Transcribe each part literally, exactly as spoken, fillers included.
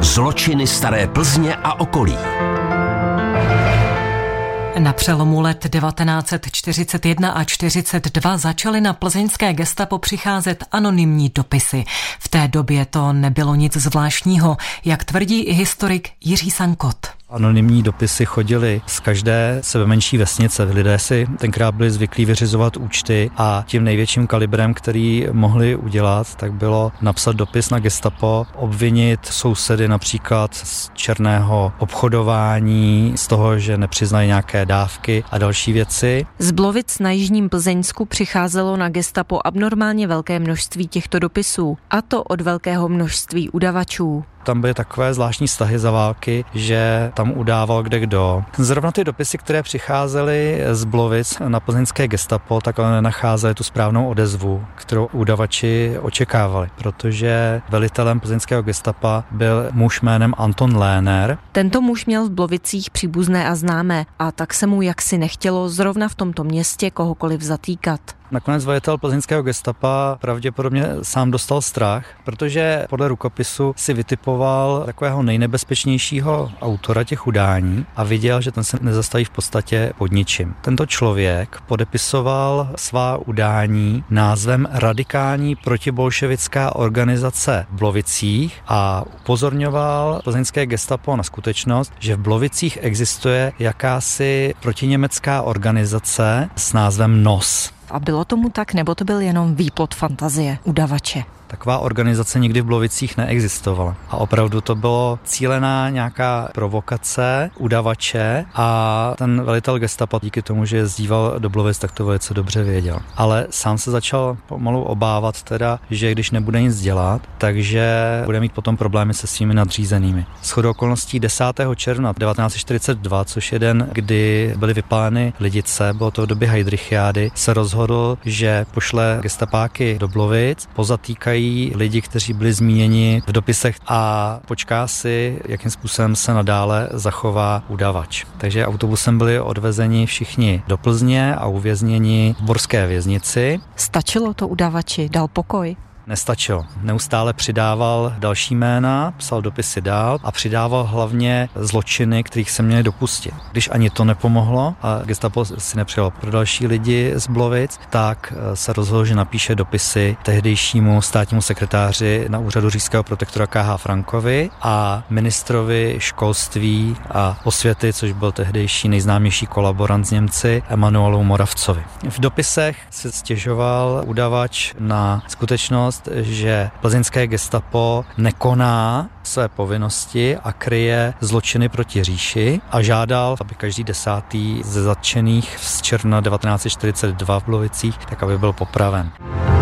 Zločiny staré Plzně a okolí. Na přelomu let devatenáct set čtyřicet jedna a čtyřicet dva začaly na plzeňské gestapo přicházet anonymní dopisy. V té době to nebylo nic zvláštního, jak tvrdí i historik Jiří Sankot. Anonymní dopisy chodily z každé sebe menší vesnice. Lidé si tenkrát byli zvyklí vyřizovat účty a tím největším kalibrem, který mohli udělat, tak bylo napsat dopis na gestapo, obvinit sousedy například z černého obchodování, z toho, že nepřiznají nějaké dávky a další věci. Z Blovic na jižním Plzeňsku přicházelo na gestapo abnormálně velké množství těchto dopisů, a to od velkého množství udavačů. Tam byly takové zvláštní vztahy za války, že tam udával kdekdo. Zrovna ty dopisy, které přicházely z Blovic na plzeňské gestapo, tak ale nenacházely tu správnou odezvu, kterou udavači očekávali, protože velitelem plzeňského gestapa byl muž jménem Anton Léner. Tento muž měl v Blovicích příbuzné a známé a tak se mu jaksi nechtělo zrovna v tomto městě kohokoliv zatýkat. Nakonec velitel plzeňského gestapa pravděpodobně sám dostal strach, protože podle rukopisu si vytipoval takového nejnebezpečnějšího autora těch udání a viděl, že ten se nezastaví v podstatě pod ničím. Tento člověk podepisoval svá udání názvem Radikální protibolševická organizace v Blovicích a upozorňoval plzeňské gestapo na skutečnost, že v Blovicích existuje jakási protiněmecká organizace s názvem N O S. A bylo tomu tak, nebo to byl jenom výplod fantazie udavače? Taková organizace nikdy v Blovicích neexistovala. A opravdu to bylo cílená nějaká provokace udavače a ten velitel gestapa díky tomu, že jezdíval do Blovic, tak to velice dobře věděl. Ale sám se začal pomalu obávat teda, že když nebude nic dělat, takže bude mít potom problémy se svými nadřízenými. Shodou okolností desátého června devatenáct set čtyřicet dva, což je den, kdy byly vypáleny Lidice, bylo to v době Heydrichiády, se rozhodl, že pošle gestapáky do Blovic, pozatýkají lidi, kteří byli zmíněni v dopisech a počká si, jakým způsobem se nadále zachová udavač. Takže autobusem byli odvezeni všichni do Plzně a uvězněni v borské věznici. Stačilo to udavači, dal pokoj? Nestačilo. Neustále přidával další jména, psal dopisy dál a přidával hlavně zločiny, kterých se měli dopustit. Když ani to nepomohlo a gestapo si nepřijalo pro další lidi z Blovic, tak se rozhodl, že napíše dopisy tehdejšímu státnímu sekretáři na úřadu říšského protektora K H Frankovi a ministrovi školství a osvěty, což byl tehdejší nejznámější kolaborant z Němci, Emanuelu Moravcovi. V dopisech se stěžoval udavač na skutečnost, že plzeňské gestapo nekoná své povinnosti a kryje zločiny proti říši a žádal, aby každý desátý ze zatčených z června devatenáct set čtyřicet dva v Blovicích, tak aby byl popraven.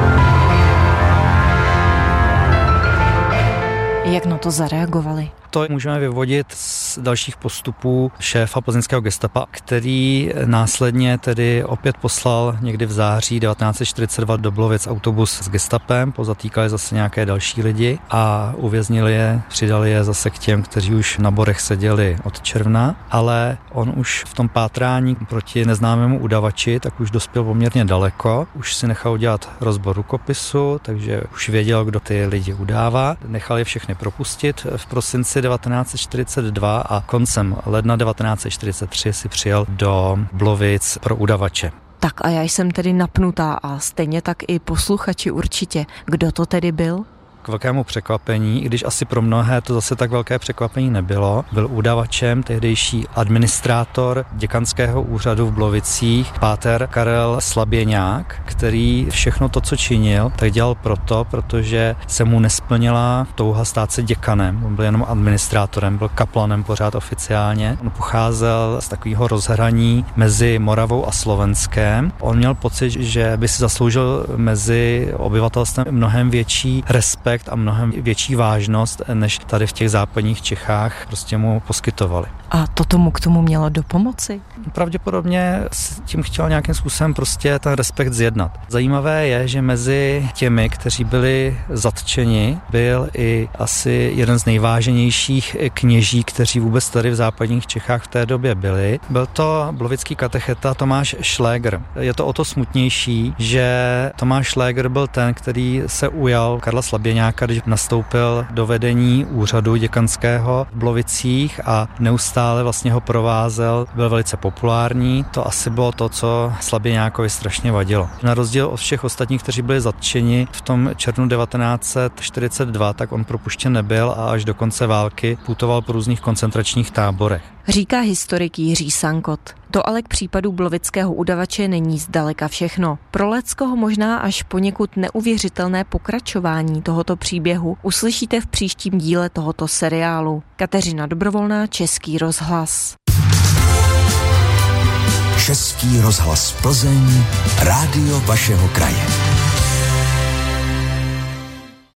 Jak na to zareagovali? To můžeme vyvodit z dalších postupů šéfa plzeňského gestapa, který následně tedy opět poslal někdy v září devatenáct set čtyřicet dva do Blovic autobus s gestapem, pozatýkali zase nějaké další lidi a uvěznili je, přidali je zase k těm, kteří už na borech seděli od června, ale on už v tom pátrání proti neznámému udavači tak už dospěl poměrně daleko, už si nechal udělat rozbor rukopisu, takže už věděl, kdo ty lidi udává, nechal je všechny propustit v prosinci devatenáct set čtyřicet dva a koncem ledna devatenáct set čtyřicet tři si přijel do Blovic pro udavače. Tak a já jsem tedy napnutá a stejně tak i posluchači určitě. Kdo to tedy byl? K velkému překvapení, i když asi pro mnohé to zase tak velké překvapení nebylo, byl udavačem tehdejší administrátor děkanského úřadu v Blovicích, páter Karel Slaběňák, který všechno to, co činil, tak dělal proto, protože se mu nesplnila touha stát se děkanem. On byl jenom administrátorem, byl kaplanem pořád oficiálně. On pocházel z takového rozhraní mezi Moravou a Slovenskem. On měl pocit, že by si zasloužil mezi obyvatelstvem mnohem větší respekt a mnohem větší vážnost, než tady v těch západních Čechách prostě mu poskytovali. A to tomu k tomu mělo dopomoci? Pravděpodobně s tím chtěl nějakým způsobem prostě ten respekt zjednat. Zajímavé je, že mezi těmi, kteří byli zatčeni, byl i asi jeden z nejváženějších kněží, kteří vůbec tady v západních Čechách v té době byli. Byl to blovický katecheta Tomáš Šlégr. Je to o to smutnější, že Tomáš Šlégr byl ten, který se ujal Karla Slaběňáka Slavěňáka, když nastoupil do vedení úřadu děkanského v Blovicích a neustále vlastně ho provázel, byl velice populární. To asi bylo to, co Slavěňákovi strašně vadilo. Na rozdíl od všech ostatních, kteří byli zatčeni v tom červnu devatenáct set čtyřicet dva, tak on propuštěn nebyl a až do konce války putoval po různých koncentračních táborech. Říká historik Jiří Sankot. To ale k případu blovického udavače není zdaleka všechno. Pro leckoho možná až poněkud neuvěřitelné pokračování tohoto příběhu uslyšíte v příštím díle tohoto seriálu. Kateřina Dobrovolná, Český rozhlas. Český rozhlas Plzeň, rádio vašeho kraje.